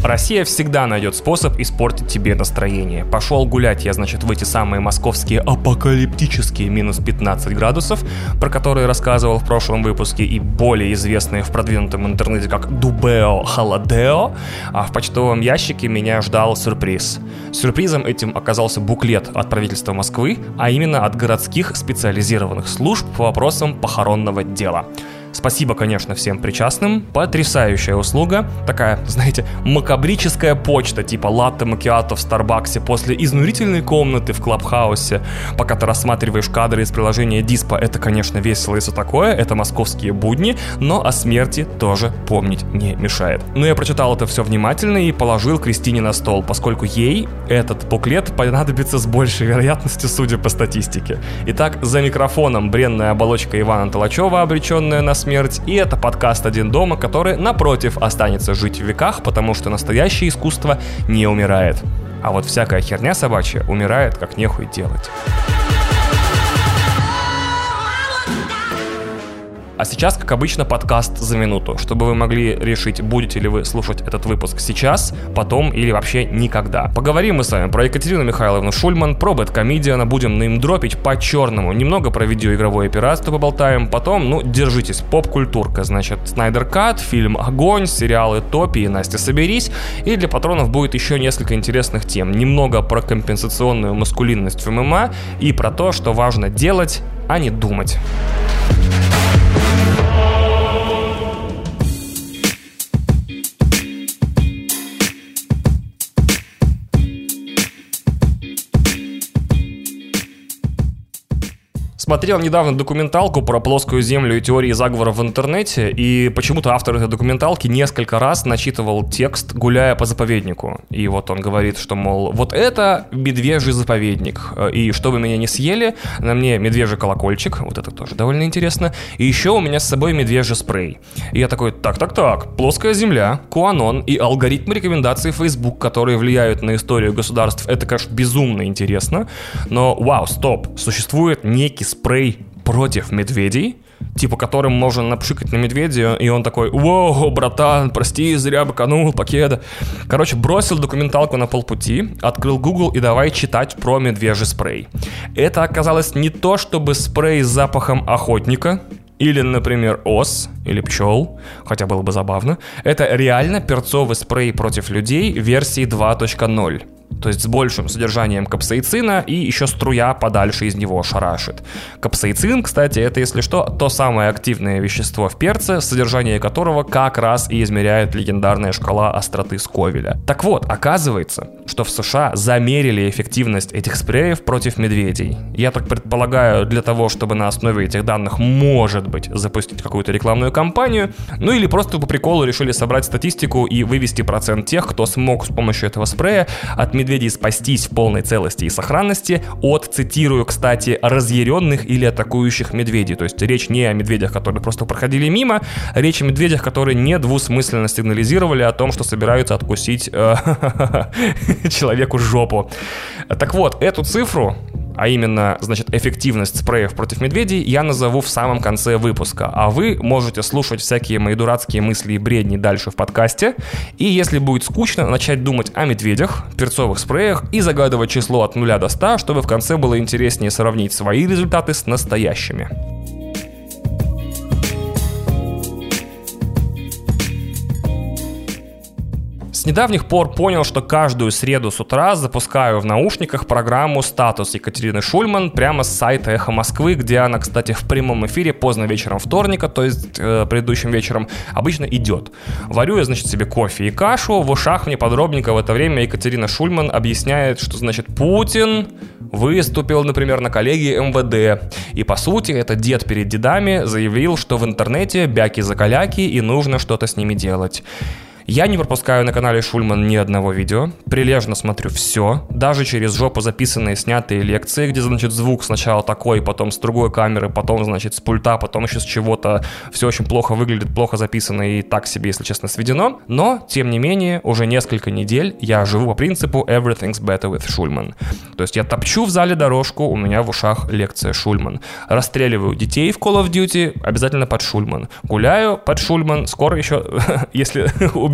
Россия всегда найдет способ испортить тебе настроение. Пошел гулять я, значит, в эти самые московские апокалиптические минус 15 градусов, про которые рассказывал в прошлом выпуске, и более известные в продвинутом интернете как Дубео Холодео, а в почтовом ящике меня ждал сюрприз. Сюрпризом этим оказался буклет от правительства Москвы, а именно от городских специализированных служб по вопросам похоронного дела. Спасибо, конечно, всем причастным. Потрясающая услуга. Такая, знаете, макабрическая почта, типа латте-макиато в Старбаксе после изнурительной комнаты в Клабхаусе, пока ты рассматриваешь кадры из приложения Диспо. Это, конечно, весело и все такое. Это московские будни, но о смерти тоже помнить не мешает. Но я прочитал это все внимательно и положил Кристине на стол, поскольку ей этот буклет понадобится с большей вероятностью, судя по статистике. Итак, за микрофоном бренная оболочка Ивана Толачева, обреченная на смерть, и это подкаст «Один дома», который, напротив, останется жить в веках, потому что настоящее искусство не умирает. А вот всякая херня собачья умирает, как нехуй делать. А сейчас, как обычно, подкаст за минуту, чтобы вы могли решить, будете ли вы слушать этот выпуск сейчас, потом или вообще никогда. Поговорим мы с вами про Екатерину Михайловну Шульман, про бэдкомедиана, будем неймдропить по-черному, немного про видеоигровое пиратство поболтаем, потом, держитесь, поп-культурка, значит, Снайдер Кат, фильм «Огонь», сериалы «Топи» и «Настя, соберись», и для патронов будет еще несколько интересных тем, немного про компенсационную маскулинность в ММА и про то, что важно делать, а не думать. Смотрел недавно документалку про плоскую землю и теории заговоров в интернете, и почему-то автор этой документалки несколько раз начитывал текст, гуляя по заповеднику. И вот он говорит, что, мол, вот это медвежий заповедник, и чтобы меня не съели, на мне медвежий колокольчик, вот это тоже довольно интересно, и еще у меня с собой медвежий спрей. И я такой, так, плоская земля, QAnon и алгоритмы рекомендаций Facebook, которые влияют на историю государств, это, конечно, безумно интересно, но, вау, стоп, существует некий спрей против медведей, типа которым можно напшикать на медведя, и он такой: «Воу, братан, прости, зря быканул, покеда». Короче, бросил документалку на полпути, открыл Google и давай читать про медвежий спрей. Это оказалось не то, чтобы спрей с запахом охотника, или, например, ос, или пчел, хотя было бы забавно. Это реально перцовый спрей против людей версии 2.0. То есть с большим содержанием капсаицина, и еще струя подальше из него шарашит. Капсаицин, кстати, это, если что, то самое активное вещество в перце, содержание которого как раз и измеряет легендарная шкала остроты Сковеля. Так вот, оказывается, что в США замерили эффективность этих спреев против медведей. Я так предполагаю, для того, чтобы на основе этих данных, может быть, запустить какую-то рекламную кампанию, или просто по приколу решили собрать статистику и вывести процент тех, кто смог с помощью этого спрея от медведей спастись в полной целости и сохранности от, цитирую, кстати, разъяренных или атакующих медведей. То есть речь не о медведях, которые просто проходили мимо, речь о медведях, которые недвусмысленно сигнализировали о том, что собираются откусить человеку жопу. Так вот, эту цифру, а именно, значит, эффективность спреев против медведей, я назову в самом конце выпуска. А вы можете слушать всякие мои дурацкие мысли и бредни дальше в подкасте. И если будет скучно, начать думать о медведях, перцовых спреях и загадывать число от 0 до 100, чтобы в конце было интереснее сравнить свои результаты с настоящими. С недавних пор понял, что каждую среду с утра запускаю в наушниках программу «Статус» Екатерины Шульман прямо с сайта «Эхо Москвы», где она, кстати, в прямом эфире поздно вечером вторника, то есть предыдущим вечером, обычно идет. Варю я, значит, себе кофе и кашу, в ушах мне подробненько в это время Екатерина Шульман объясняет, что, значит, Путин выступил, например, на коллегии МВД, и, по сути, этот дед перед дедами заявил, что в интернете бяки-закаляки и нужно что-то с ними делать. Я не пропускаю на канале Шульман ни одного видео, прилежно смотрю все, даже через жопу записанные, снятые лекции, где, значит, звук сначала такой, потом с другой камеры, потом, значит, с пульта, потом еще с чего-то, все очень плохо выглядит, плохо записано и так себе, если честно, сведено, но, тем не менее, уже несколько недель я живу по принципу «Everything's better with Шульман». То есть я топчу в зале дорожку, у меня в ушах лекция Шульман. Расстреливаю детей в Call of Duty, обязательно под Шульман. Гуляю под Шульман, скоро еще, если уберу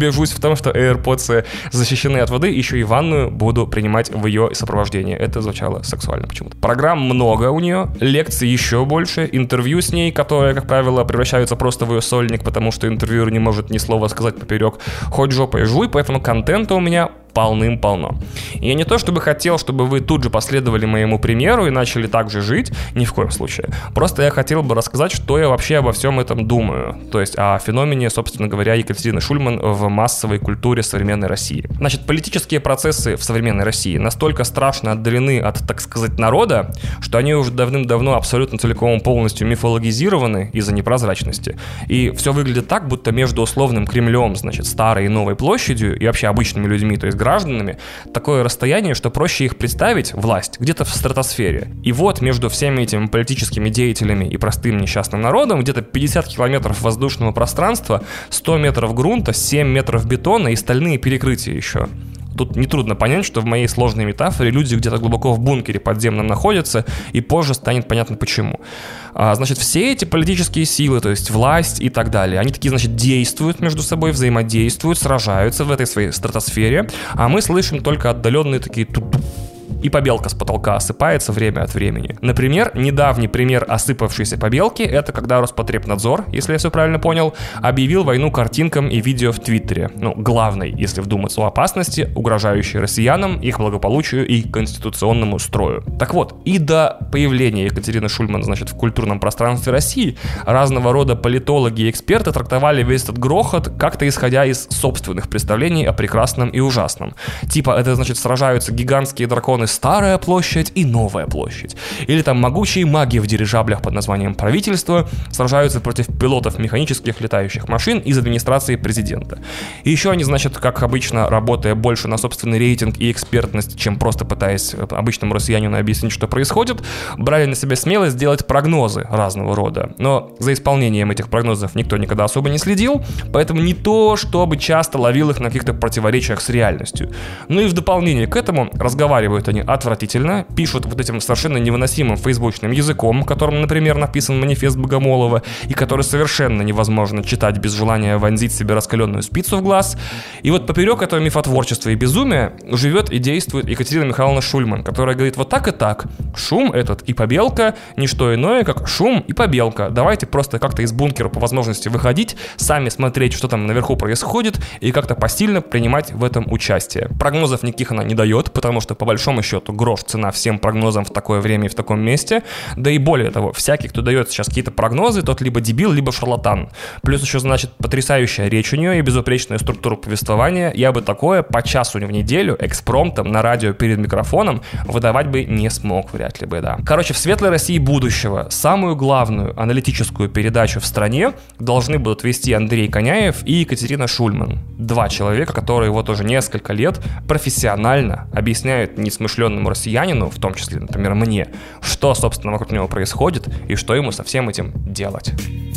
убежусь в том, что AirPods защищены от воды, еще и ванную буду принимать в ее сопровождении. Это звучало сексуально почему-то. Программ много у нее, лекций еще больше, интервью с ней, которые, как правило, превращаются просто в ее сольник, потому что интервьюер не может ни слова сказать поперек. Хоть жопой жуй, поэтому контента у меня полным-полно. И я не то чтобы хотел, чтобы вы тут же последовали моему примеру и начали так же жить, ни в коем случае. Просто я хотел бы рассказать, что я вообще обо всем этом думаю. То есть о феномене, собственно говоря, Екатерины Шульман в массовой культуре современной России. Значит, политические процессы в современной России настолько страшно отдалены от, так сказать, народа, что они уже давным-давно абсолютно целиком полностью мифологизированы из-за непрозрачности. И все выглядит так, будто между условным Кремлем, значит, старой и новой площадью и вообще обычными людьми, то есть гражданами, такое расстояние, что проще их представить, власть, где-то в стратосфере. И вот между всеми этими политическими деятелями и простым несчастным народом где-то 50 километров воздушного пространства, 100 метров грунта, 7 метров бетона и стальные перекрытия еще. Тут нетрудно понять, что в моей сложной метафоре люди где-то глубоко в бункере подземном находятся, и позже станет понятно почему. Значит, все эти политические силы, то есть власть и так далее, они такие, значит, действуют между собой, взаимодействуют, сражаются в этой своей стратосфере, а мы слышим только отдаленные такие ту-ту. И побелка с потолка осыпается время от времени. Например, недавний пример осыпавшейся побелки — это когда Роспотребнадзор, если я все правильно понял, объявил войну картинкам и видео в Твиттере. Главной, если вдуматься, о опасности, угрожающей россиянам, их благополучию и конституционному строю. Так вот, и до появления Екатерины Шульман, значит, в культурном пространстве России разного рода политологи и эксперты трактовали весь этот грохот как-то исходя из собственных представлений о прекрасном и ужасном. Типа, это, значит, сражаются гигантские драконы Старая площадь и Новая площадь. Или там могучие маги в дирижаблях под названием правительство сражаются против пилотов механических летающих машин из администрации президента. И еще они, значит, как обычно, работая больше на собственный рейтинг и экспертность, чем просто пытаясь обычному россиянину объяснить, что происходит, брали на себя смелость делать прогнозы разного рода. Но за исполнением этих прогнозов никто никогда особо не следил, поэтому не то, чтобы часто ловил их на каких-то противоречиях с реальностью. Ну и в дополнение к этому разговаривают они отвратительно, пишут вот этим совершенно невыносимым фейсбучным языком, которым, например, написан манифест Богомолова, и который совершенно невозможно читать без желания вонзить себе раскаленную спицу в глаз. И вот поперек этого мифотворчества и безумия живет и действует Екатерина Михайловна Шульман, которая говорит вот так и так. Шум этот и побелка — не что иное, как шум и побелка. Давайте просто как-то из бункера по возможности выходить, сами смотреть, что там наверху происходит, и как-то посильно принимать в этом участие. Прогнозов никаких она не дает, потому что по большому счету грош цена всем прогнозам в такое время и в таком месте. Да и более того, всякий, кто дает сейчас какие-то прогнозы, тот либо дебил, либо шарлатан. Плюс еще, значит, потрясающая речь у нее и безупречная структура повествования. Я бы такое по часу в неделю экспромтом на радио перед микрофоном выдавать бы не смог, вряд ли бы, да. Короче, в светлой России будущего самую главную аналитическую передачу в стране должны будут вести Андрей Коняев и Екатерина Шульман. Два человека, которые вот уже несколько лет профессионально объясняют несмышленному россиянину, в том числе, например, мне, что, собственно, вокруг него происходит и что ему со всем этим делать.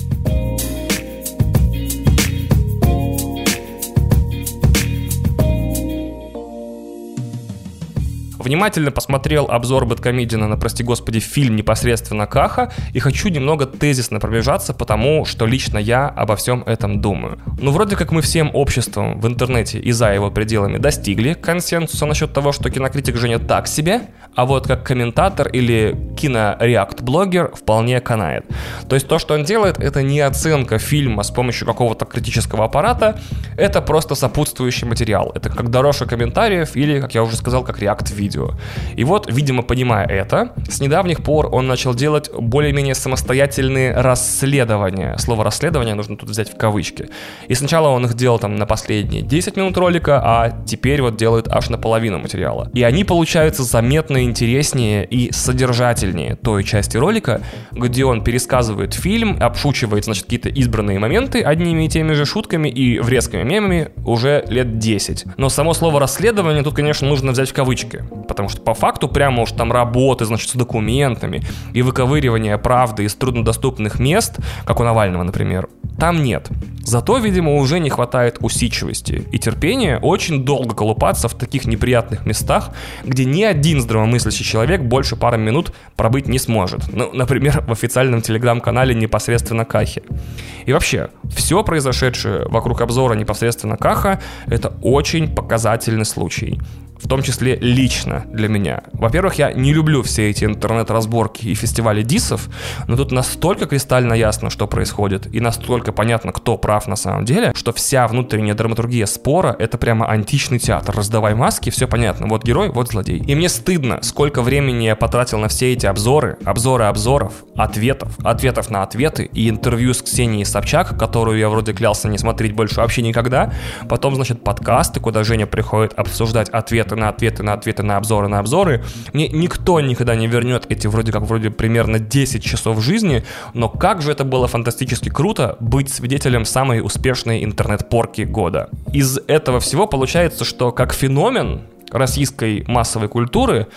Внимательно посмотрел обзор Бэдкомедиана на, прости господи, фильм непосредственно Каха и хочу немного тезисно пробежаться, потому что лично я обо всем этом думаю. Ну, вроде как мы всем обществом в интернете и за его пределами достигли консенсуса насчет того, что кинокритик Женя так себе, а вот как комментатор или кинореакт-блогер вполне канает. То есть то, что он делает, это не оценка фильма с помощью какого-то критического аппарата, это просто сопутствующий материал. Это как дорожка комментариев или, как я уже сказал, как реакт-видео. И вот, видимо, понимая это, с недавних пор он начал делать более-менее самостоятельные расследования. Слово «расследование» нужно тут взять в кавычки. И сначала он их делал там на последние 10 минут ролика, а теперь вот делает аж на половину материала. И они получаются заметно интереснее и содержательнее той части ролика, где он пересказывает фильм, обшучивает, значит, какие-то избранные моменты одними и теми же шутками и врезкими мемами уже лет 10. Но само слово «расследование» тут, конечно, нужно взять в кавычки. Потому что по факту прямо уж там работы, значит, с документами и выковыривание правды из труднодоступных мест, как у Навального, например, там нет. Зато, видимо, уже не хватает усидчивости и терпения очень долго колупаться в таких неприятных местах, где ни один здравомыслящий человек больше пары минут пробыть не сможет. Ну, например, в официальном телеграм-канале непосредственно Кахи. И вообще, все произошедшее вокруг обзора непосредственно Каха — это очень показательный случай. В том числе лично для меня. Во-первых, я не люблю все эти интернет-разборки и фестивали диссов, но тут настолько кристально ясно, что происходит, и настолько понятно, кто прав на самом деле, что вся внутренняя драматургия спора — это прямо античный театр. Раздавай маски, все понятно. Вот герой, вот злодей. И мне стыдно, сколько времени я потратил на все эти обзоры обзоров, ответов на ответы и интервью с Ксенией Собчак, которую я вроде клялся не смотреть больше вообще никогда. Потом, значит, подкасты, куда Женя приходит обсуждать ответы на обзоры. Мне никто никогда не вернет эти вроде примерно 10 часов жизни, но как же это было фантастически круто быть свидетелем самой успешной интернет-порки года. Из этого всего получается, что как феномен российской массовой культуры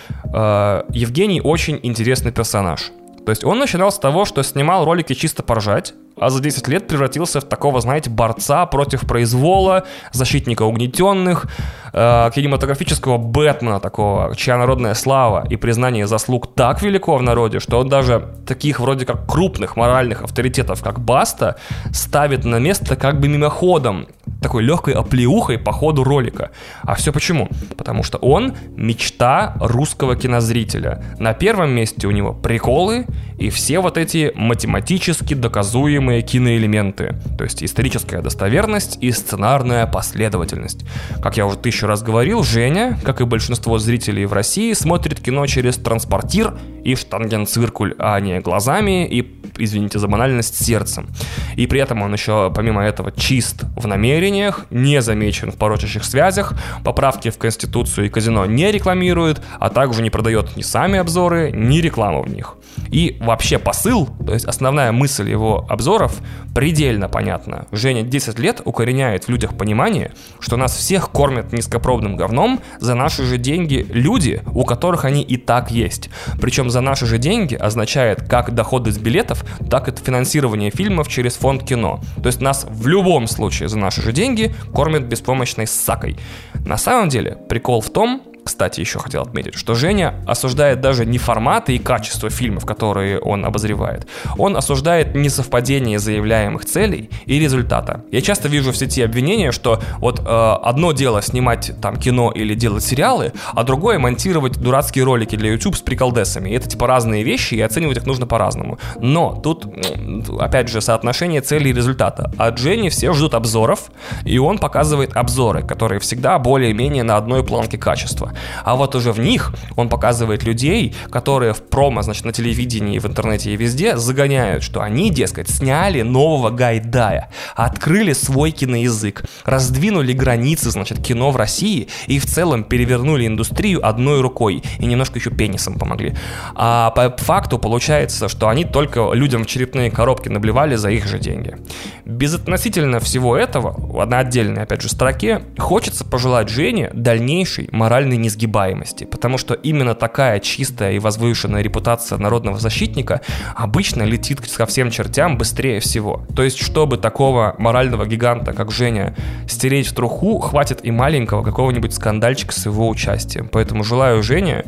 Евгений очень интересный персонаж. То есть он начинал с того, что снимал ролики чисто поржать, а за 10 лет превратился в такого, знаете, борца против произвола, защитника угнетенных, кинематографического Бэтмена такого, чья народная слава и признание заслуг так велико в народе, что он даже таких вроде как крупных моральных авторитетов, как Баста, ставит на место как бы мимоходом, такой легкой оплеухой по ходу ролика. А все почему? Потому что он мечта русского кинозрителя. На первом месте у него приколы и все вот эти математически доказуемые киноэлементы, то есть историческая достоверность и сценарная последовательность. Как я уже 1000 раз говорил, Женя, как и большинство зрителей в России, смотрит кино через транспортир и штангенциркуль, а не глазами и, извините за банальность, сердцем. И при этом он еще, помимо этого, чист в намерениях, не замечен в порочащих связях, поправки в Конституцию и казино не рекламирует, а также не продает ни сами обзоры, ни рекламу в них. И вообще посыл, то есть основная мысль его обзоров, предельно понятна. Женя 10 лет укореняет в людях понимание, что нас всех кормят низкопробным говном за наши же деньги люди, у которых они и так есть. Причем за наши же деньги означает как доходы с билетов, так и финансирование фильмов через фонд кино. То есть нас в любом случае за наши же деньги кормят беспомощной ссакой. На самом деле прикол в том, кстати, еще хотел отметить, что Женя осуждает даже не форматы и качество фильмов, которые он обозревает. Он осуждает несовпадение заявляемых целей и результата. Я часто вижу в сети обвинения, что вот одно дело снимать там кино или делать сериалы, а другое монтировать дурацкие ролики для YouTube с приколдесами. И это типа разные вещи, и оценивать их нужно по-разному. Но тут, опять же, соотношение цели и результата. От Жени все ждут обзоров, и он показывает обзоры, которые всегда более-менее на одной планке качества. А вот уже в них он показывает людей, которые в промо, значит, на телевидении, в интернете и везде загоняют, что они, дескать, сняли нового Гайдая, открыли свой киноязык, раздвинули границы, значит, кино в России и в целом перевернули индустрию одной рукой и немножко еще пенисом помогли. А по факту получается, что они только людям в черепные коробки наблевали за их же деньги. Безотносительно всего этого, на отдельной, опять же, строке, хочется пожелать Жене дальнейшей моральной несгибаемости, потому что именно такая чистая и возвышенная репутация народного защитника обычно летит ко всем чертям быстрее всего. То есть, чтобы такого морального гиганта, как Женя, стереть в труху, хватит и маленького какого-нибудь скандальчика с его участием. Поэтому желаю Жене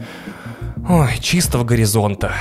чистого горизонта.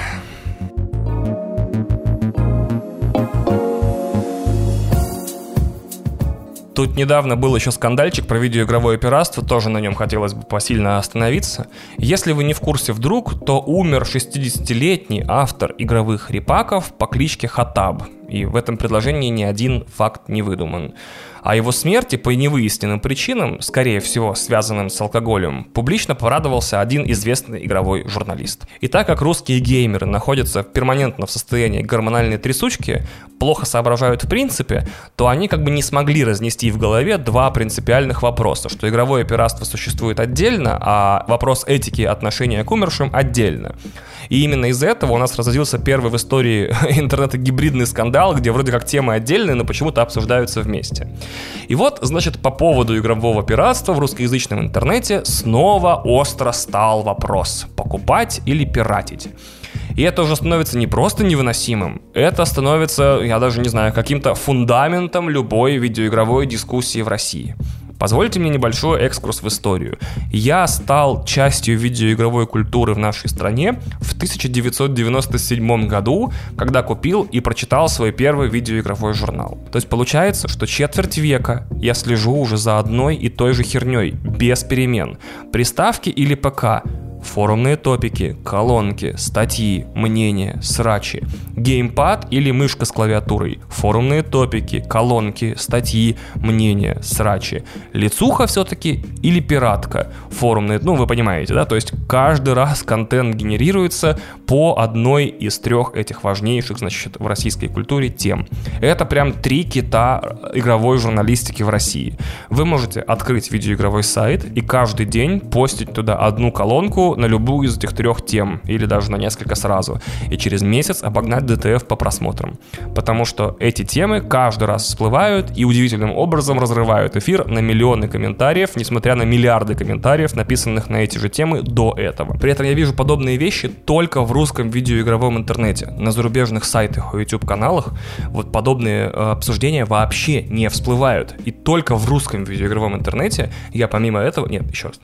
Тут недавно был еще скандальчик про видеоигровое пиратство, тоже на нем хотелось бы посильно остановиться. Если вы не в курсе вдруг, то умер 60-летний автор игровых репаков по кличке Хатаб. И в этом предложении ни один факт не выдуман. О его смерти по невыясненным причинам, скорее всего связанным с алкоголем, публично порадовался один известный игровой журналист. И так как русские геймеры находятся перманентно в состоянии гормональной трясучки, плохо соображают в принципе, то они как бы не смогли разнести в голове два принципиальных вопроса, что игровое пиратство существует отдельно, а вопрос этики отношения к умершим отдельно. И именно из-за этого у нас разразился первый в истории интернета гибридный скандал сериалы, где вроде как темы отдельные, но почему-то обсуждаются вместе. И вот, значит, по поводу игрового пиратства в русскоязычном интернете снова остро стал вопрос: покупать или пиратить? И это уже становится не просто невыносимым, это становится, я даже не знаю, каким-то фундаментом любой видеоигровой дискуссии в России. Позвольте мне небольшой экскурс в историю. Я стал частью видеоигровой культуры в нашей стране в 1997 году, когда купил и прочитал свой первый видеоигровой журнал. То есть получается, что четверть века я слежу уже за одной и той же херней, без перемен. Приставки или ПК, форумные топики, колонки, статьи, мнения, срачи. Геймпад или мышка с клавиатурой, форумные топики, колонки, статьи, мнения, срачи. Лицуха все-таки или пиратка, форумные, вы понимаете, да? То есть каждый раз контент генерируется по одной из трех этих важнейших, значит, в российской культуре тем. Это прям 3 кита игровой журналистики в России. Вы можете открыть видеоигровой сайт и каждый день постить туда одну колонку на любую из этих 3 тем, или даже на несколько сразу, и через месяц обогнать ДТФ по просмотрам. Потому что эти темы каждый раз всплывают и удивительным образом разрывают эфир на миллионы комментариев, несмотря на миллиарды комментариев, написанных на эти же темы до этого. При этом я вижу подобные вещи только в русском видеоигровом интернете. На зарубежных сайтах и YouTube-каналах вот подобные обсуждения вообще не всплывают. И только в русском видеоигровом интернете я помимо этого... Нет, еще раз.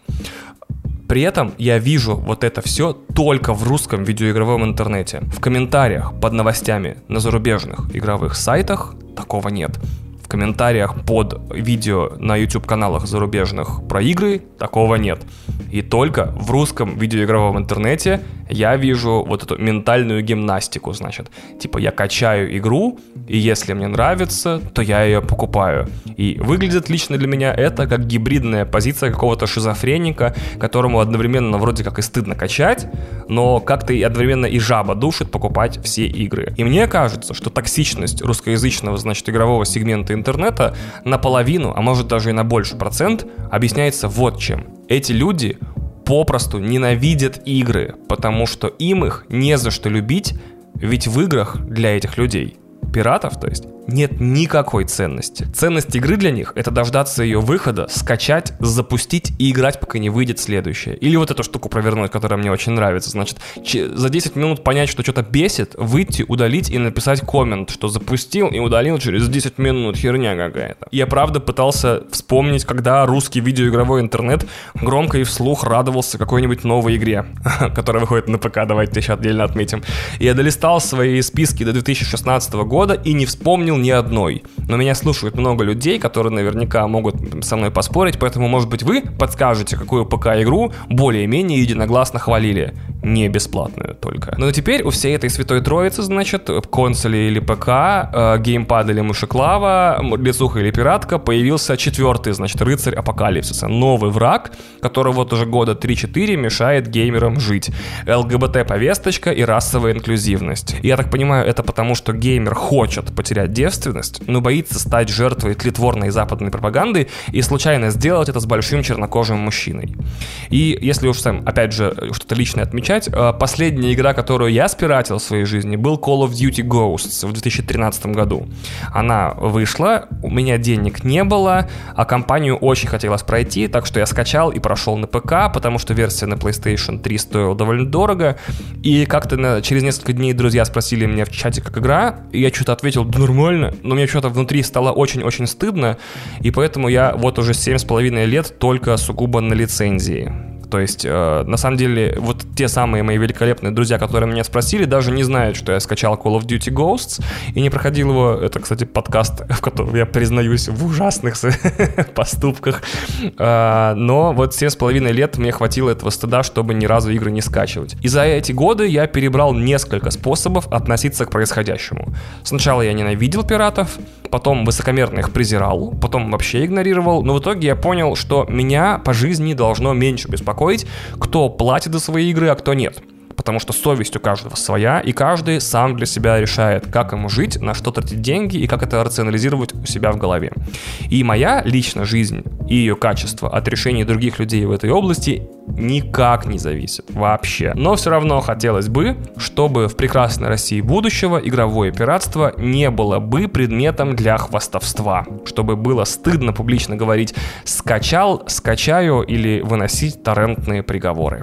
При этом я вижу вот это все только в русском видеоигровом интернете. В комментариях под новостями на зарубежных игровых сайтах такого нет. В комментариях под видео на YouTube-каналах зарубежных про игры такого нет. И только в русском видеоигровом интернете я вижу вот эту ментальную гимнастику, значит. Типа я качаю игру, и если мне нравится, то я ее покупаю. И выглядит лично для меня это как гибридная позиция какого-то шизофреника, которому одновременно вроде как и стыдно качать, но как-то и одновременно и жаба душит покупать все игры. И мне кажется, что токсичность русскоязычного, значит, игрового сегмента интернета наполовину, а может даже и на больше процент, объясняется вот чем. Эти люди попросту ненавидят игры, потому что им их не за что любить, ведь в играх для этих людей, пиратов, то есть, нет никакой ценности. Ценность игры для них — это дождаться ее выхода, скачать, запустить и играть, пока не выйдет следующее. Или вот эту штуку провернуть, которая мне очень нравится. Значит, за 10 минут понять, что что-то бесит, выйти, удалить и написать коммент, что запустил и удалил через 10 минут, херня какая-то. Я правда пытался вспомнить, когда русский видеоигровой интернет громко и вслух радовался какой-нибудь новой игре, которая выходит на ПК, давайте еще отдельно отметим. Я долистал свои списки до 2016 года и не вспомнил ни одной. Но меня слушают много людей, которые наверняка могут со мной поспорить, поэтому, может быть, вы подскажете, какую ПК-игру более-менее единогласно хвалили. Не бесплатную только. Но теперь у всей этой святой троицы, значит, консоли или ПК, геймпад или мышеклава, лицуха или пиратка, появился 4-й, значит, рыцарь апокалипсиса. Новый враг, который вот уже года 3-4 мешает геймерам жить. ЛГБТ-повесточка и расовая инклюзивность. Я так понимаю, это потому, что геймер хочет потерять девственность, но боится стать жертвой тлетворной западной пропаганды и случайно сделать это с большим чернокожим мужчиной. И если уж сам, опять же, что-то личное отмечать, последняя игра, которую я спиратил в своей жизни, был Call of Duty Ghosts в 2013 году. Она вышла, у меня денег не было, а компанию очень хотелось пройти, так что я скачал и прошел на ПК, потому что версия на PlayStation 3 стоила довольно дорого, и как-то через несколько дней друзья спросили меня в чате, как игра, и я что-то ответил, да нормально, но мне что-то внутри стало очень-очень стыдно, и поэтому я вот уже 7,5 лет только сугубо на лицензии. То есть, на самом деле, вот те самые мои великолепные друзья, которые меня спросили, даже не знают, что я скачал Call of Duty Ghosts и не проходил его. Это, кстати, подкаст, в котором я признаюсь в ужасных поступках. Но вот 7,5 лет мне хватило этого стыда, чтобы ни разу игры не скачивать. И за эти годы я перебрал несколько способов относиться к происходящему. Сначала я ненавидел пиратов, потом высокомерно их презирал, потом вообще игнорировал, но в итоге я понял, что меня по жизни должно меньше беспокоить, кто платит за свои игры, а кто нет. потому что совесть у каждого своя, и каждый сам для себя решает, как ему жить, на что тратить деньги и как это рационализировать у себя в голове. И моя личная жизнь и ее качество от решений других людей в этой области никак не зависит вообще. Но все равно хотелось бы, чтобы в прекрасной России будущего игровое пиратство не было бы предметом для хвастовства, чтобы было стыдно публично говорить «скачал», «скачаю» или выносить торрентные приговоры.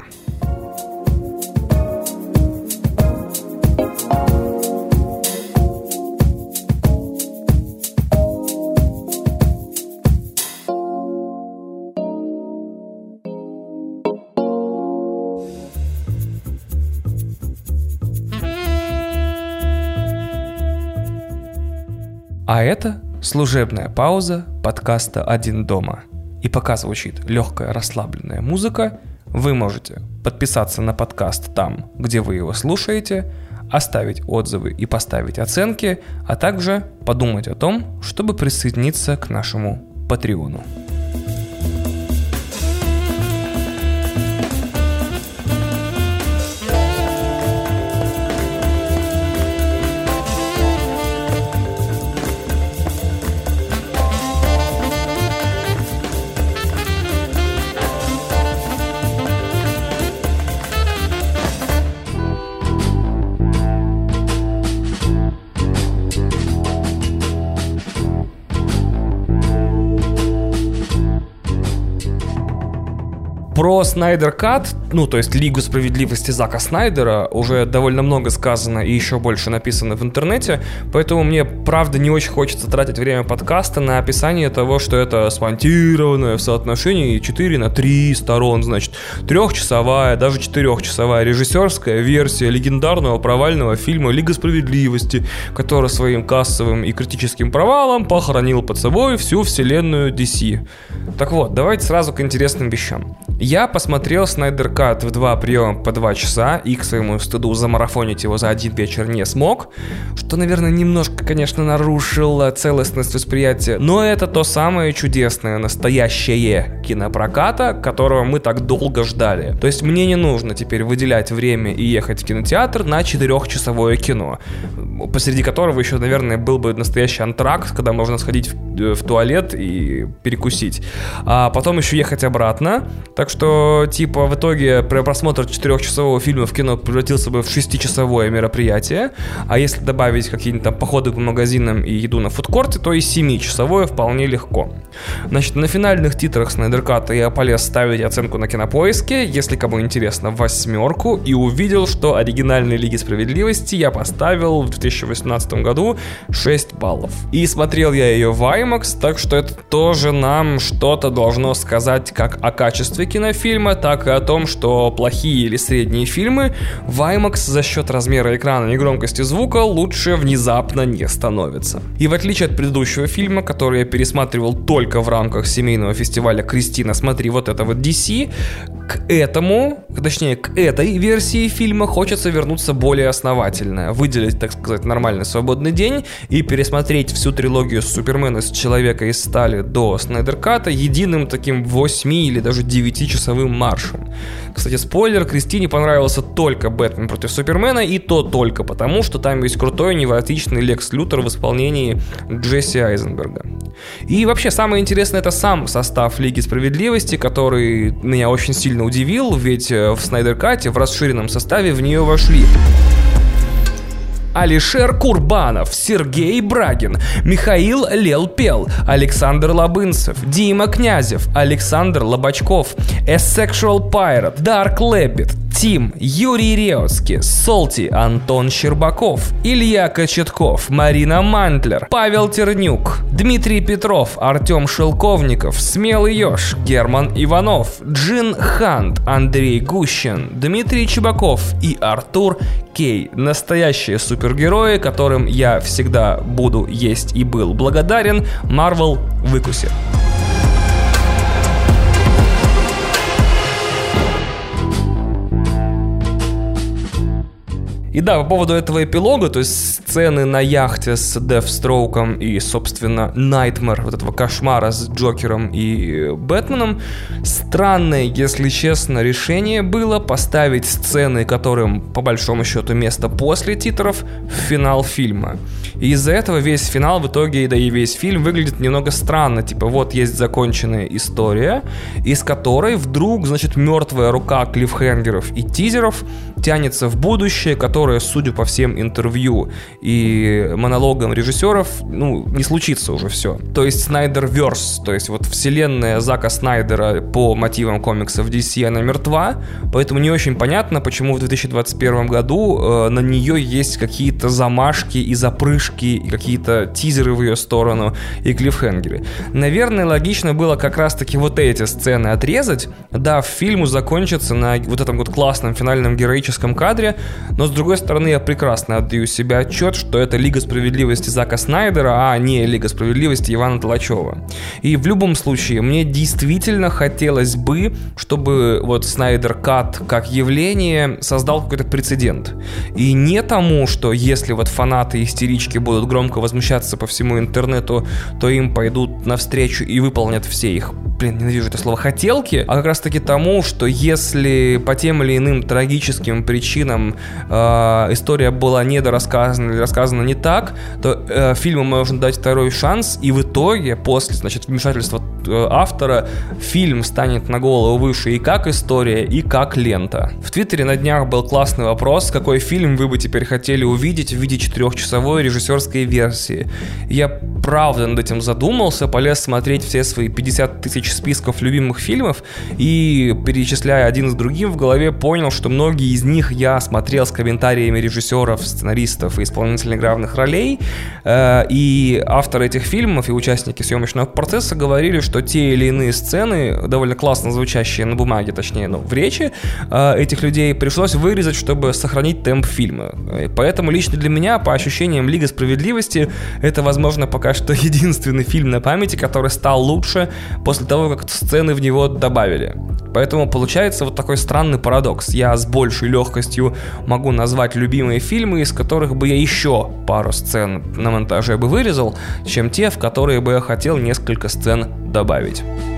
А это служебная пауза подкаста «Один дома». И пока звучит легкая расслабленная музыка, вы можете подписаться на подкаст там, где вы его слушаете, оставить отзывы и поставить оценки, а также подумать о том, чтобы присоединиться к нашему Патреону. Про Снайдер Кат, то есть Лигу справедливости Зака Снайдера, уже довольно много сказано и еще больше написано в интернете, поэтому мне, правда, не очень хочется тратить время подкаста на описание того, что это смонтированное в соотношении 4:3 сторон, значит, 3-часовая, даже 4-часовая режиссерская версия легендарного провального фильма «Лига справедливости», который своим кассовым и критическим провалом похоронил под собой всю вселенную DC. Так вот, давайте сразу к интересным вещам. Я посмотрел Снайдер Кат в 2 приема по 2 часа и, к своему стыду, замарафонить его за один вечер не смог, что, наверное, немножко, конечно, нарушило целостность восприятия, но это то самое чудесное, настоящее кинопроката, которого мы так долго ждали. То есть мне не нужно теперь выделять время и ехать в кинотеатр на 4-часовое кино, посреди которого еще, наверное, был бы настоящий антракт, когда можно сходить в туалет и перекусить, а потом еще ехать обратно. Так что, в итоге просмотр 4-часового фильма в кино превратился бы в 6-часовое мероприятие, а если добавить какие-нибудь там походы по магазинам и еду на фудкорте, то и 7-часовое вполне легко. Значит, на финальных титрах Снайдер Ката я полез ставить оценку на Кинопоиске, если кому интересно, 8, и увидел, что оригинальной Лиге справедливости я поставил в 2018 году 6 баллов. И смотрел я ее в IMAX, так что это тоже нам что-то должно сказать как о качестве кинофильма, так и о том, что плохие или средние фильмы в IMAX за счет размера экрана и громкости звука лучше внезапно не становятся. И в отличие от предыдущего фильма, который я пересматривал только в рамках семейного фестиваля «Кристина, смотри вот это вот DC», к этой версии фильма хочется вернуться более основательно, выделить, так сказать, нормальный свободный день и пересмотреть всю трилогию Супермена с Человека из стали до Снайдер Ката единым таким 8 или даже 9-часовым маршем. Кстати, спойлер, Кристине понравился только Бэтмен против Супермена, и то только потому, что там есть крутой невротичный Лекс Лютер в исполнении Джесси Айзенберга. И вообще самое интересное — это сам состав Лиги справедливости, который меня очень сильно удивил, ведь в Снайдер Кате в расширенном составе в нее вошли Алишер Курбанов, Сергей Брагин, Михаил Лел-Пел, Александр Лабынцев, Дима Князев, Александр Лобачков, Asexual Pirate, Dark Leopard, Тим, Юрий Реутский, Солти, Антон Щербаков, Илья Кочетков, Марина Мантлер, Павел Тернюк, Дмитрий Петров, Артем Шелковников, Смелый Ёж, Герман Иванов, Джин Хант, Андрей Гущин, Дмитрий Чебаков и Артур Кей. Настоящие супергерои, которым я всегда буду есть и был благодарен. Marvel, выкуси. И да, по поводу этого эпилога, то есть сцены на яхте с Дефстроуком и, собственно, Найтмэр, вот этого кошмара с Джокером и Бэтменом, странное, если честно, решение было поставить сцены, которым, по большому счету, место после титров, в финал фильма. И из-за этого весь финал в итоге, да и весь фильм выглядит немного странно. Типа вот есть законченная история, из которой вдруг, значит, мертвая рука клиффхенгеров и тизеров тянется в будущее, которое, судя по всем интервью и монологам режиссеров, не случится уже все. То есть Снайдерверс, то есть вот вселенная Зака Снайдера по мотивам комиксов DC, она мертва, поэтому не очень понятно, почему в 2021 году на нее есть какие-то замашки и запрыжки, и какие-то тизеры в ее сторону и клиффхенгеры. Наверное, логично было как раз-таки вот эти сцены отрезать, дав фильму закончиться на вот этом вот классном финальном героическом кадре, но с другой стороны я прекрасно отдаю себе отчет, что это Лига справедливости Зака Снайдера, а не Лига справедливости Ивана Толачева. И в любом случае мне действительно хотелось бы, чтобы вот Снайдер Кат как явление создал какой-то прецедент. И не тому, что если вот фанаты истерички будут громко возмущаться по всему интернету, то им пойдут навстречу и выполнят все их, ненавижу это слово, хотелки, а как раз таки тому, что если по тем или иным трагическим причинам история была недорассказана или рассказана не так, то фильму можно дать второй шанс, и в итоге, после, значит, вмешательства автора, фильм станет на голову выше и как история, и как лента. В Твиттере на днях был классный вопрос, какой фильм вы бы теперь хотели увидеть в виде 4-часовой режиссерской версии. Я правда над этим задумался, полез смотреть все свои 50 тысяч списков любимых фильмов и, перечисляя один за другим, в голове понял, что многие из них я смотрел с комментариями режиссеров, сценаристов и исполнителей главных ролей, и авторы этих фильмов и участники съемочного процесса говорили, что те или иные сцены, довольно классно звучащие на бумаге, точнее, в речи, этих людей пришлось вырезать, чтобы сохранить темп фильма. И поэтому лично для меня, по ощущениям, «Лига справедливости» это, возможно, пока что единственный фильм на памяти, который стал лучше после того, как сцены в него добавили. Поэтому получается вот такой странный парадокс. Я с большей легкостью могу назвать любимые фильмы, из которых бы я еще пару сцен на монтаже бы вырезал, чем те, в которые бы я хотел несколько сцен добавить.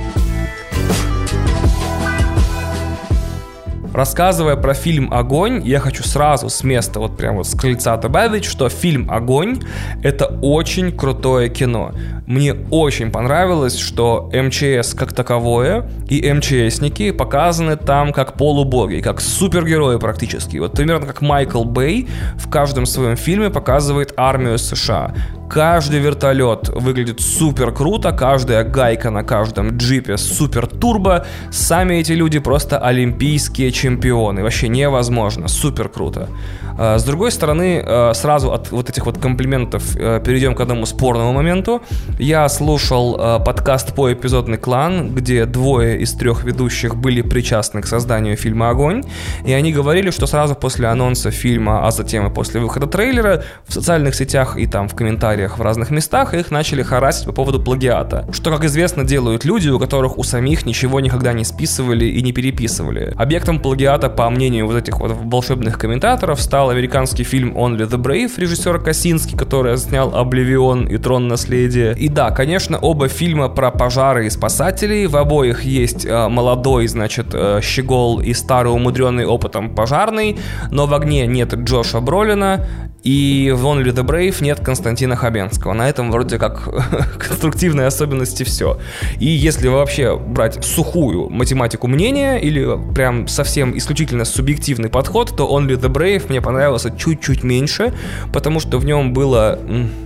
Рассказывая про фильм «Огонь», я хочу сразу с места, вот прям вот с крыльца добавить, что фильм «Огонь» — это очень крутое кино. Мне очень понравилось, что МЧС как таковое и МЧСники показаны там как полубоги, как супергерои практически. Вот примерно как Майкл Бэй в каждом своем фильме показывает армию США. Каждый вертолет выглядит супер круто, каждая гайка на каждом джипе супер турбо. Сами эти люди просто олимпийские чемпионы. Вообще невозможно, супер круто. С другой стороны, сразу от вот этих вот комплиментов перейдем к одному спорному моменту. Я слушал подкаст «Поэпизодный клан», где 2 из 3 ведущих были причастны к созданию фильма «Огонь», и они говорили, что сразу после анонса фильма, а затем и после выхода трейлера, в социальных сетях и там в комментариях в разных местах их начали харасить по поводу плагиата, что, как известно, делают люди, у которых у самих ничего никогда не списывали и не переписывали. Объектом плагиата, по мнению вот этих вот волшебных комментаторов, стал американский фильм «Only the Brave» режиссера Косински, который снял «Обливион» и «Трон наследия». И да, конечно, оба фильма про пожары и спасателей. В обоих есть молодой, значит, щегол и старый умудренный опытом пожарный, но в «Огне» нет Джоша Бролина, и в «Only the Brave» нет Константина Хабенского. На этом вроде как конструктивные особенности все. И если вообще брать сухую математику мнения или прям совсем исключительно субъективный подход, то «Only the Brave» мне понравился чуть-чуть меньше, потому что в нем было...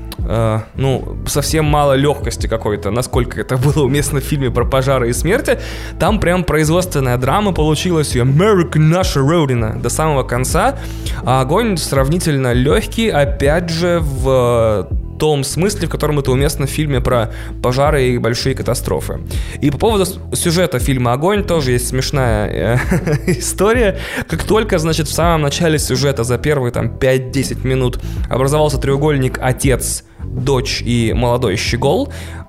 совсем мало легкости какой-то, насколько это было уместно в фильме про пожары и смерти. Там прям производственная драма получилась, и American наша Родина до самого конца. А «Огонь» сравнительно легкий, опять же, в том смысле, в котором это уместно в фильме про пожары и большие катастрофы. И по поводу сюжета фильма «Огонь» тоже есть смешная история. Как только, значит, в самом начале сюжета за первые там 5-10 минут образовался треугольник отец, дочь и молодой щегол,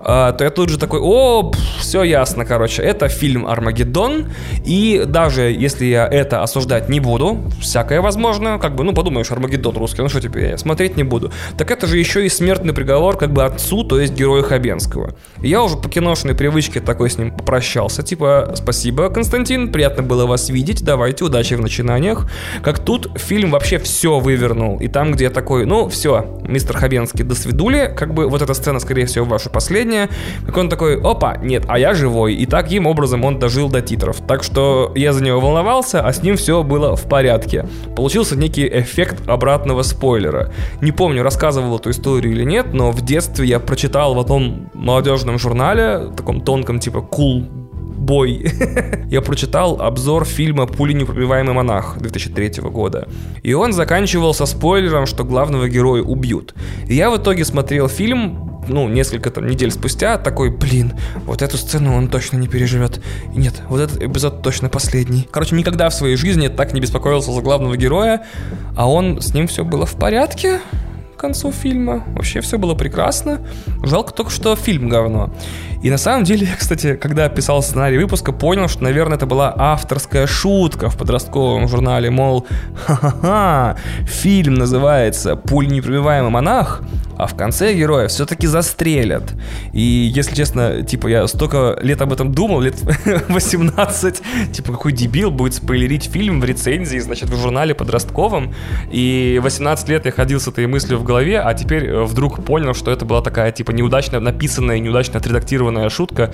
то я тут же такой, все ясно, короче, это фильм «Армагеддон», и даже если я это осуждать не буду, всякое возможно, как бы, подумаешь, «Армагеддон» русский, что теперь я смотреть не буду, так это же еще и смертный приговор как бы отцу, то есть герою Хабенского. И я уже по киношной привычке такой с ним попрощался, типа, спасибо, Константин, приятно было вас видеть, давайте, удачи в начинаниях. Как тут фильм вообще все вывернул, и там, где я такой, все, мистер Хабенский, до свидули, как бы вот эта сцена, скорее всего, ваша последняя, как он такой, опа, нет, а я живой, и таким образом он дожил до титров, так что я за него волновался, а с ним все было в порядке. Получился некий эффект обратного спойлера. Не помню, рассказывал эту историю или нет, но в детстве я прочитал в одном молодежном журнале, таком тонком, типа Cool Boy, я прочитал обзор фильма «Пуленепробиваемый монах» 2003 года. И он заканчивался спойлером, что главного героя убьют. И я в итоге смотрел фильм, несколько недель спустя, такой, вот эту сцену он точно не переживет. И нет, вот этот эпизод точно последний. Короче, никогда в своей жизни так не беспокоился за главного героя, а с ним все было в порядке к концу фильма. Вообще все было прекрасно. Жалко только, что фильм говно. И на самом деле, я, кстати, когда писал сценарий выпуска, понял, что, наверное, это была авторская шутка в подростковом журнале, мол, ха-ха-ха, фильм называется «Пуленепробиваемый монах», а в конце героя все-таки застрелят. И, если честно, я столько лет об этом думал, лет 18, какой дебил будет спойлерить фильм в рецензии, в журнале подростковом. И 18 лет я ходил с этой мыслью в голове, а теперь вдруг понял, что это была такая, неудачно написанная, неудачно отредактированная шутка,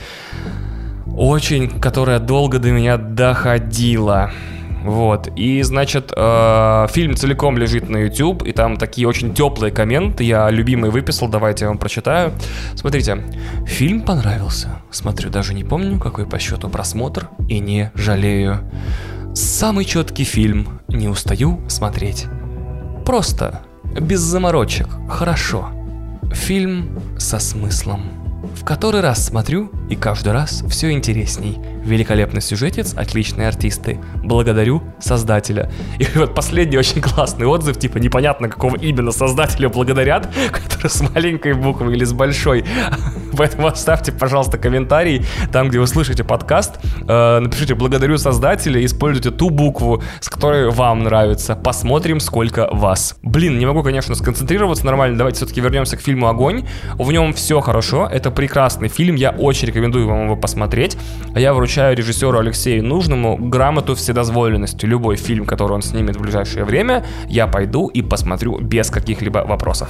которая долго до меня доходила. Вот, и, фильм целиком лежит на YouTube, и там такие очень теплые комменты, я любимый выписал, давайте я вам прочитаю. Смотрите, фильм понравился, смотрю, даже не помню, какой по счету просмотр, и не жалею. Самый четкий фильм, не устаю смотреть. Просто, без заморочек, хорошо. Фильм со смыслом. В который раз смотрю, и каждый раз все интересней. Великолепный сюжетец, отличные артисты. Благодарю создателя. И вот последний очень классный отзыв, непонятно, какого именно создателя благодарят, который с маленькой буквы или с большой. Поэтому оставьте, пожалуйста, комментарий там, где вы слышите подкаст. Напишите «Благодарю создателя», используйте ту букву, с которой вам нравится. Посмотрим, сколько вас. Не могу, конечно, сконцентрироваться нормально. Давайте все-таки вернемся к фильму «Огонь». В нем все хорошо. Это прекрасный фильм. Я очень рекомендую вам его посмотреть. А я вручаю режиссеру Алексею Нужному грамоту вседозволенности. Любой фильм, который он снимет в ближайшее время, я пойду и посмотрю без каких-либо вопросов.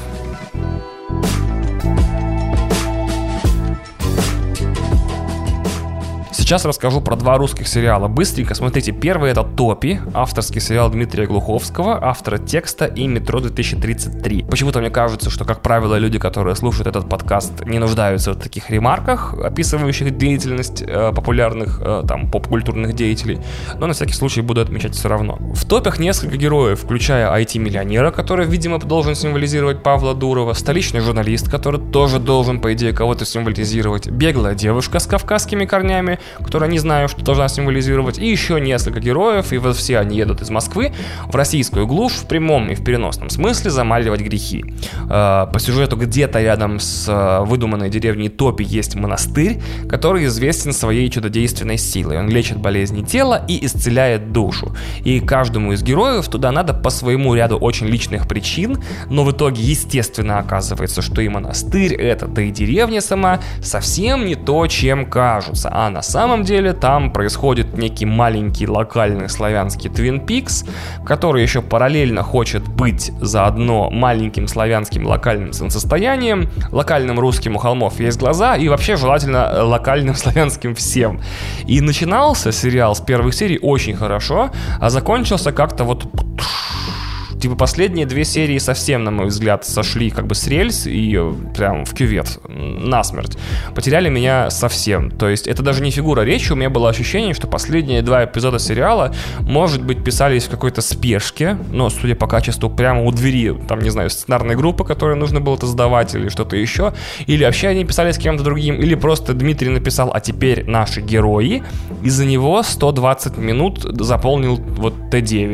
Сейчас расскажу про два русских сериала. Быстренько, смотрите, первый — это «Топи», авторский сериал Дмитрия Глуховского, автора текста и «Метро-2033». Почему-то мне кажется, что, как правило, люди, которые слушают этот подкаст, не нуждаются в таких ремарках, описывающих деятельность популярных поп-культурных деятелей, но на всякий случай буду отмечать все равно. В «Топях» несколько героев, включая IT-миллионера, который, видимо, должен символизировать Павла Дурова, столичный журналист, который тоже должен, по идее, кого-то символизировать, беглая девушка с кавказскими корнями, которая не знаю, что должна символизировать, и еще несколько героев, и вот все они едут из Москвы в российскую глушь в прямом и в переносном смысле замаливать грехи. По сюжету где-то рядом с выдуманной деревней Топи есть монастырь, который известен своей чудодейственной силой. Он лечит болезни тела и исцеляет душу. И каждому из героев туда надо по своему ряду очень личных причин, но в итоге, естественно, оказывается, что и монастырь это, да и деревня сама совсем не то, чем кажутся, а на самом деле там происходит некий маленький локальный славянский Twin Peaks, который еще параллельно хочет быть заодно маленьким славянским локальным солнцестоянием, локальным русским у холмов есть глаза и вообще желательно локальным славянским всем. И начинался сериал с первых серий очень хорошо, а закончился как-то последние две серии совсем, на мой взгляд, сошли с рельс и прям в кювет насмерть. Потеряли меня совсем. То есть это даже не фигура речи. У меня было ощущение, что последние два эпизода сериала, может быть, писались в какой-то спешке, но, судя по качеству, прямо у двери, сценарной группы, которой нужно было это сдавать, или что-то еще. Или вообще они писали с кем-то другим, или просто Дмитрий написал, а теперь наши герои. Из-за него 120 минут заполнил Т9.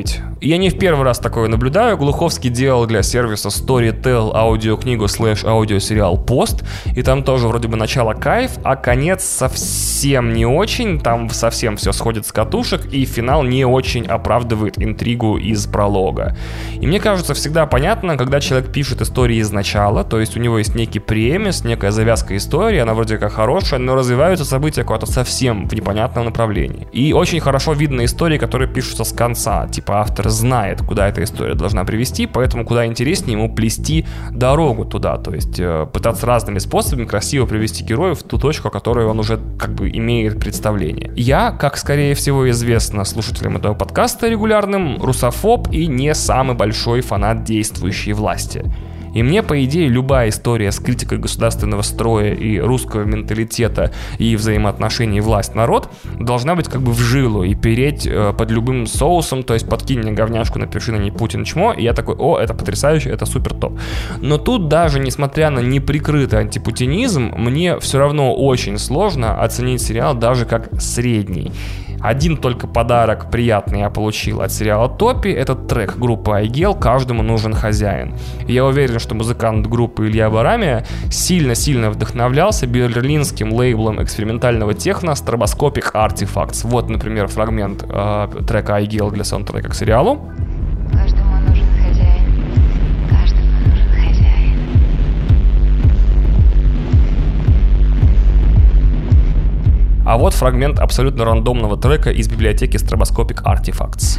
Я не в первый раз такое наблюдаю. Глуховский делал для сервиса Storytel аудиокнигу / аудиосериал «Пост», и там тоже вроде бы начало кайф, а конец совсем не очень, там совсем все сходит с катушек, и финал не очень оправдывает интригу из пролога. И мне кажется, всегда понятно, когда человек пишет истории из начала, то есть у него есть некий премис, некая завязка истории, она вроде как хорошая, но развиваются события куда-то совсем в непонятном направлении. И очень хорошо видно истории, которые пишутся с конца, типа автор знает, куда эта история должна привести, поэтому куда интереснее ему плести дорогу туда, то есть пытаться разными способами красиво привести героя в ту точку, о которой он уже как бы имеет представление. Я, как скорее всего известно слушателям этого подкаста регулярным, русофоб и не самый большой фанат действующей власти. И мне, по идее, любая история с критикой государственного строя и русского менталитета и взаимоотношений власть-народ должна быть как бы в жилу и переть под любым соусом, то есть подкинь мне говняшку, напиши на ней Путин чмо, и я такой: о, это потрясающе, это супер топ. Но тут даже, несмотря на неприкрытый антипутинизм, мне все равно очень сложно оценить сериал даже как средний. Один только подарок приятный я получил от сериала «Топи» — этот трек группы Айгел «Каждому нужен хозяин». И я уверен, что музыкант группы Илья Барамия сильно-сильно вдохновлялся берлинским лейблом экспериментального техно Stroboscopic Artifacts. Вот, например, фрагмент трека Айгел для саундтрека к сериалу. Каждому нужен хозяин, каждому нужен хозяин. А вот фрагмент абсолютно рандомного трека из библиотеки Stroboscopic Artifacts.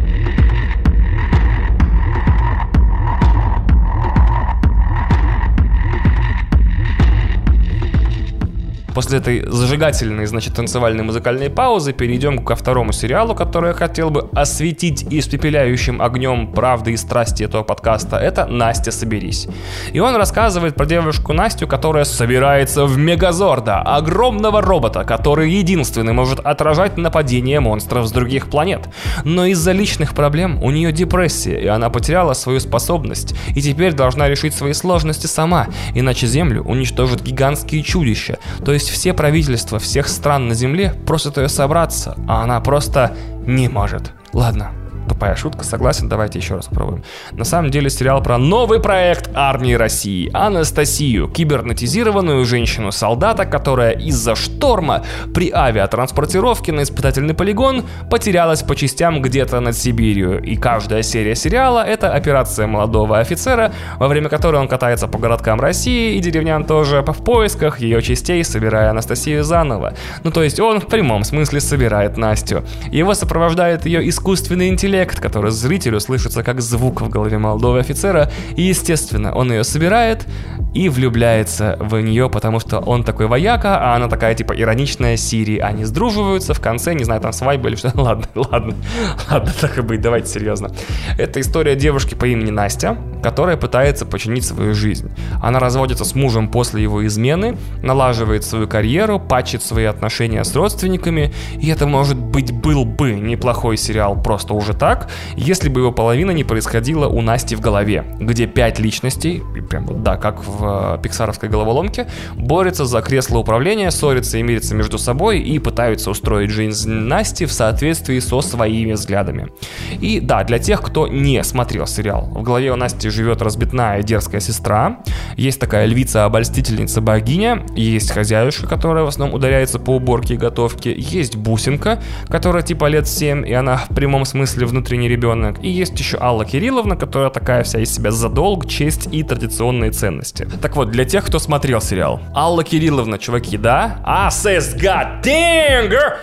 После этой зажигательной, значит, танцевальной музыкальной паузы перейдем ко второму сериалу, который я хотел бы осветить испепеляющим огнем правды и страсти этого подкаста. Это «Настя, соберись». И он рассказывает про девушку Настю, которая собирается в Мегазорда, огромного робота, который единственный может отражать нападение монстров с других планет. Но из-за личных проблем у нее депрессия, и она потеряла свою способность, и теперь должна решить свои сложности сама, иначе Землю уничтожат гигантские чудища, то есть все правительства всех стран на Земле просят ее собраться, а она просто не может. Ладно, тупая шутка, согласен, давайте еще раз попробуем. На самом деле сериал про новый проект армии России. Анастасию, кибернетизированную женщину-солдата, которая из-за шторма при авиатранспортировке на испытательный полигон потерялась по частям где-то над Сибирью. И каждая серия сериала — это операция молодого офицера, во время которой он катается по городкам России и деревням тоже в поисках ее частей, собирая Анастасию заново. Ну то есть он в прямом смысле собирает Настю. Его сопровождает ее искусственный интеллект, который зрителю слышится как звук в голове молодого офицера, и, естественно, он ее собирает и влюбляется в нее, потому что он такой вояка, а она такая, типа, ироничная Сири. Они сдруживаются, в конце, не знаю, там свадьба или что. Ладно, так и быть, давайте серьезно. Это история девушки по имени Настя, которая пытается починить свою жизнь. Она разводится с мужем после его измены, налаживает свою карьеру, патчит свои отношения с родственниками, и это, может быть, был бы неплохой сериал просто уже так, если бы его половина не происходила у Насти в голове, где 5 личностей, прям вот, да, как в пиксаровской головоломке, борются за кресло управления, ссорятся и мирятся между собой и пытаются устроить жизнь Насти в соответствии со своими взглядами. И да, для тех, кто не смотрел сериал, в голове у Насти живет разбитная дерзкая сестра, есть такая львица-обольстительница-богиня, есть хозяюшка, которая в основном ударяется по уборке и готовке, есть бусинка, которая типа лет 7, и она в прямом смысле внутренний ребенок, и есть еще Алла Кирилловна, которая такая вся из себя за долг, честь и традиционные ценности. Так вот, для тех, кто смотрел сериал, Алла Кирилловна, чуваки, да? А, says God damn, girl,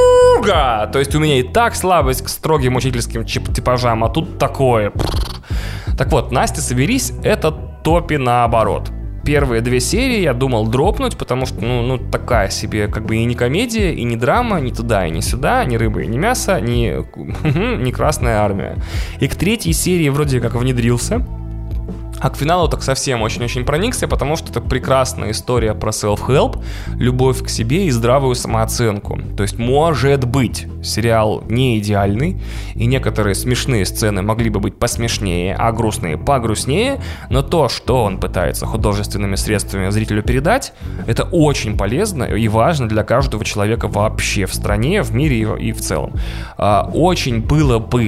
ауга! То есть у меня и так слабость к строгим учительским типажам, а тут такое. Так вот, Настя, соберись, это Топи наоборот. Первые 2 серии я думал дропнуть, потому что, ну, такая себе, как бы и не комедия, и не драма, ни туда, и ни сюда, ни рыба, и ни мясо, ни Красная Армия. И к 3-й серии вроде как внедрился, а к финалу так совсем очень-очень проникся, потому что это прекрасная история про self-help, любовь к себе и здравую самооценку. То есть, может быть, сериал не идеальный, и некоторые смешные сцены могли бы быть посмешнее, а грустные погрустнее, но то, что он пытается художественными средствами зрителю передать, это очень полезно и важно для каждого человека вообще в стране, в мире и в целом. Очень было бы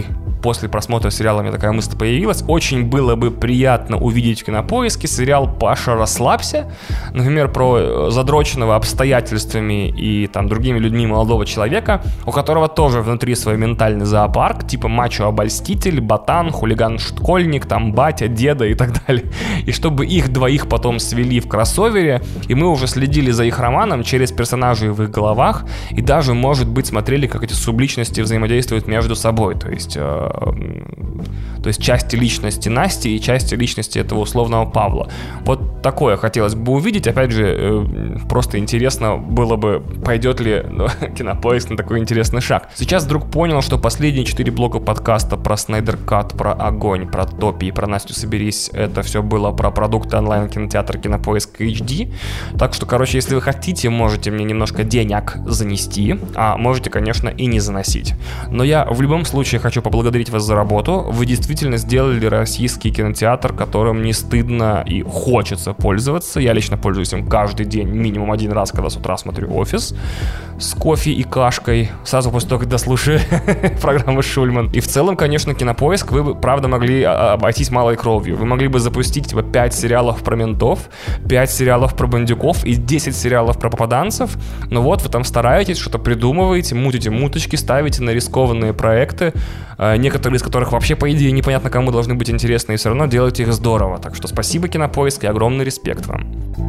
после просмотра сериала у меня такая мысль появилась. Очень было бы приятно увидеть в Кинопоиске сериал «Паша, расслабься». Например, про задроченного обстоятельствами и там другими людьми молодого человека, у которого тоже внутри свой ментальный зоопарк, типа мачо-обольститель, ботан, хулиган-школьник, там батя, деда и так далее. И чтобы их двоих потом свели в кроссовере, и мы уже следили за их романом через персонажей в их головах, и даже, может быть, смотрели, как эти субличности взаимодействуют между собой. То есть части личности Насти и части личности этого условного Павла. Вот такое хотелось бы увидеть. Опять же, просто интересно было бы, пойдет ли Кинопоиск на такой интересный шаг. Сейчас вдруг понял, что последние 4 блока подкаста про Снайдер Кат, про Огонь, про Топи и про Настю Соберись, это все было про продукты онлайн-кинотеатра Кинопоиск HD. Так что, короче, если вы хотите, можете мне немножко денег занести, а можете, конечно, и не заносить. Но я в любом случае хочу поблагодарить вас за работу. Вы действительно сделали российский кинотеатр, которым не стыдно и хочется пользоваться. Я лично пользуюсь им каждый день, минимум один раз, когда с утра смотрю «Офис» с кофе и кашкой, сразу после того, когда слушаю программу Шульман. И в целом, конечно, Кинопоиск вы бы, правда, могли обойтись малой кровью. Вы могли бы запустить типа 5 сериалов про ментов, 5 сериалов про бандюков и 10 сериалов про попаданцев. Но вот вы там стараетесь, что-то придумываете, мутите муточки, ставите на рискованные проекты, некоторые из которых вообще, по идее, непонятно кому должны быть интересны, и все равно делаете их здорово. Так что спасибо, Кинопоиск, и огромный респект вам.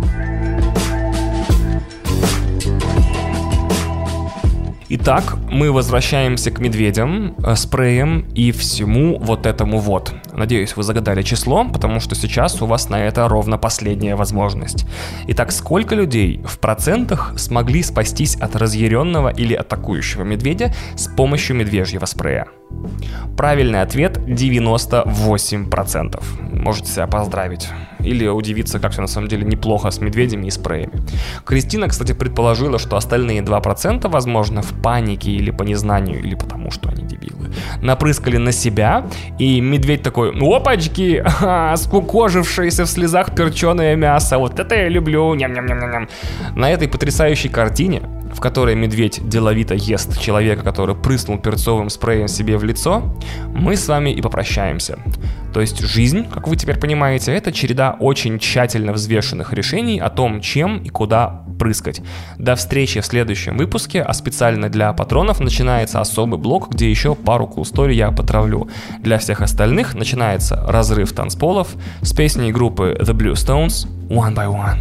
Итак, мы возвращаемся к медведям, спреям и всему вот этому вот. Надеюсь, вы загадали число, потому что сейчас у вас на это ровно последняя возможность. Итак, сколько людей в процентах смогли спастись от разъяренного или атакующего медведя с помощью медвежьего спрея? Правильный ответ 98%. Можете себя поздравить. Или удивиться, как все на самом деле неплохо с медведями и спреями. Кристина, кстати, предположила, что остальные 2%, возможно, в панике или по незнанию, или потому что они дебилы, напрыскали на себя, и медведь такой: опачки, скукожившееся в слезах перченое мясо, вот это я люблю, ням-ням-ням-ням. На этой потрясающей картине, в которой медведь деловито ест человека, который прыснул перцовым спреем себе в лицо, мы с вами и попрощаемся. То есть жизнь, как вы теперь понимаете, это череда очень тщательно взвешенных решений о том, чем и куда прыскать. До встречи в следующем выпуске, а специально для патронов начинается особый блок, где еще пару cool story я потравлю. Для всех остальных начинается разрыв танцполов с песней группы The Blue Stones «One by One».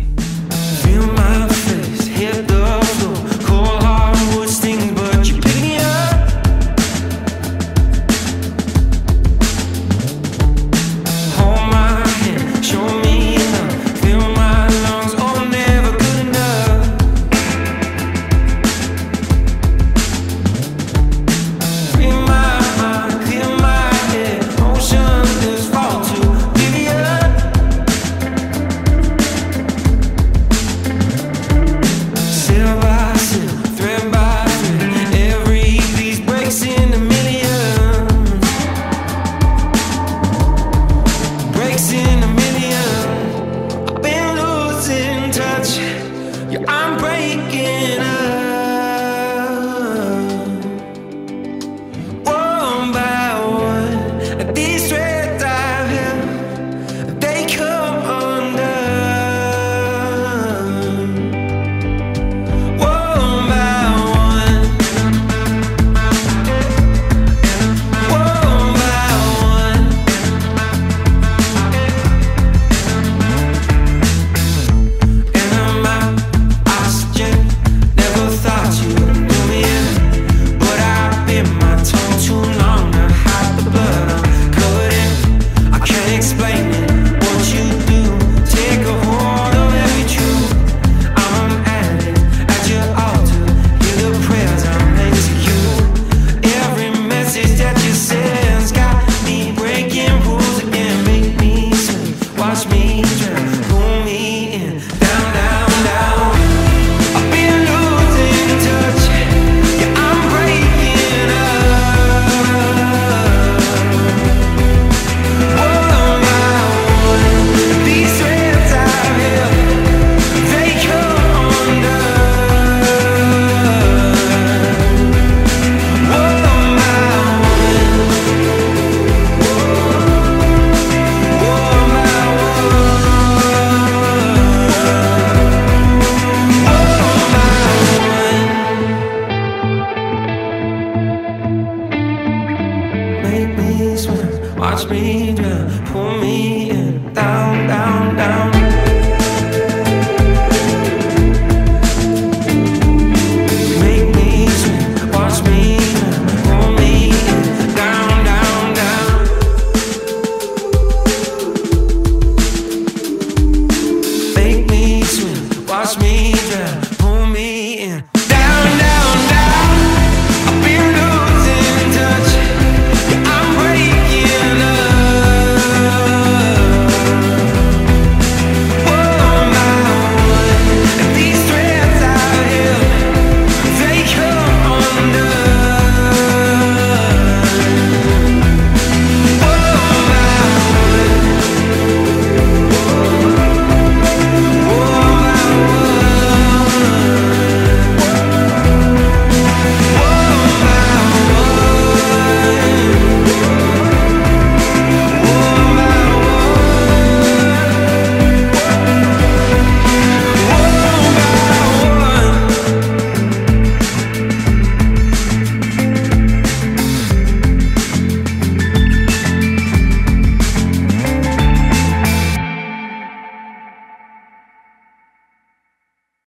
Watch me drown, pull me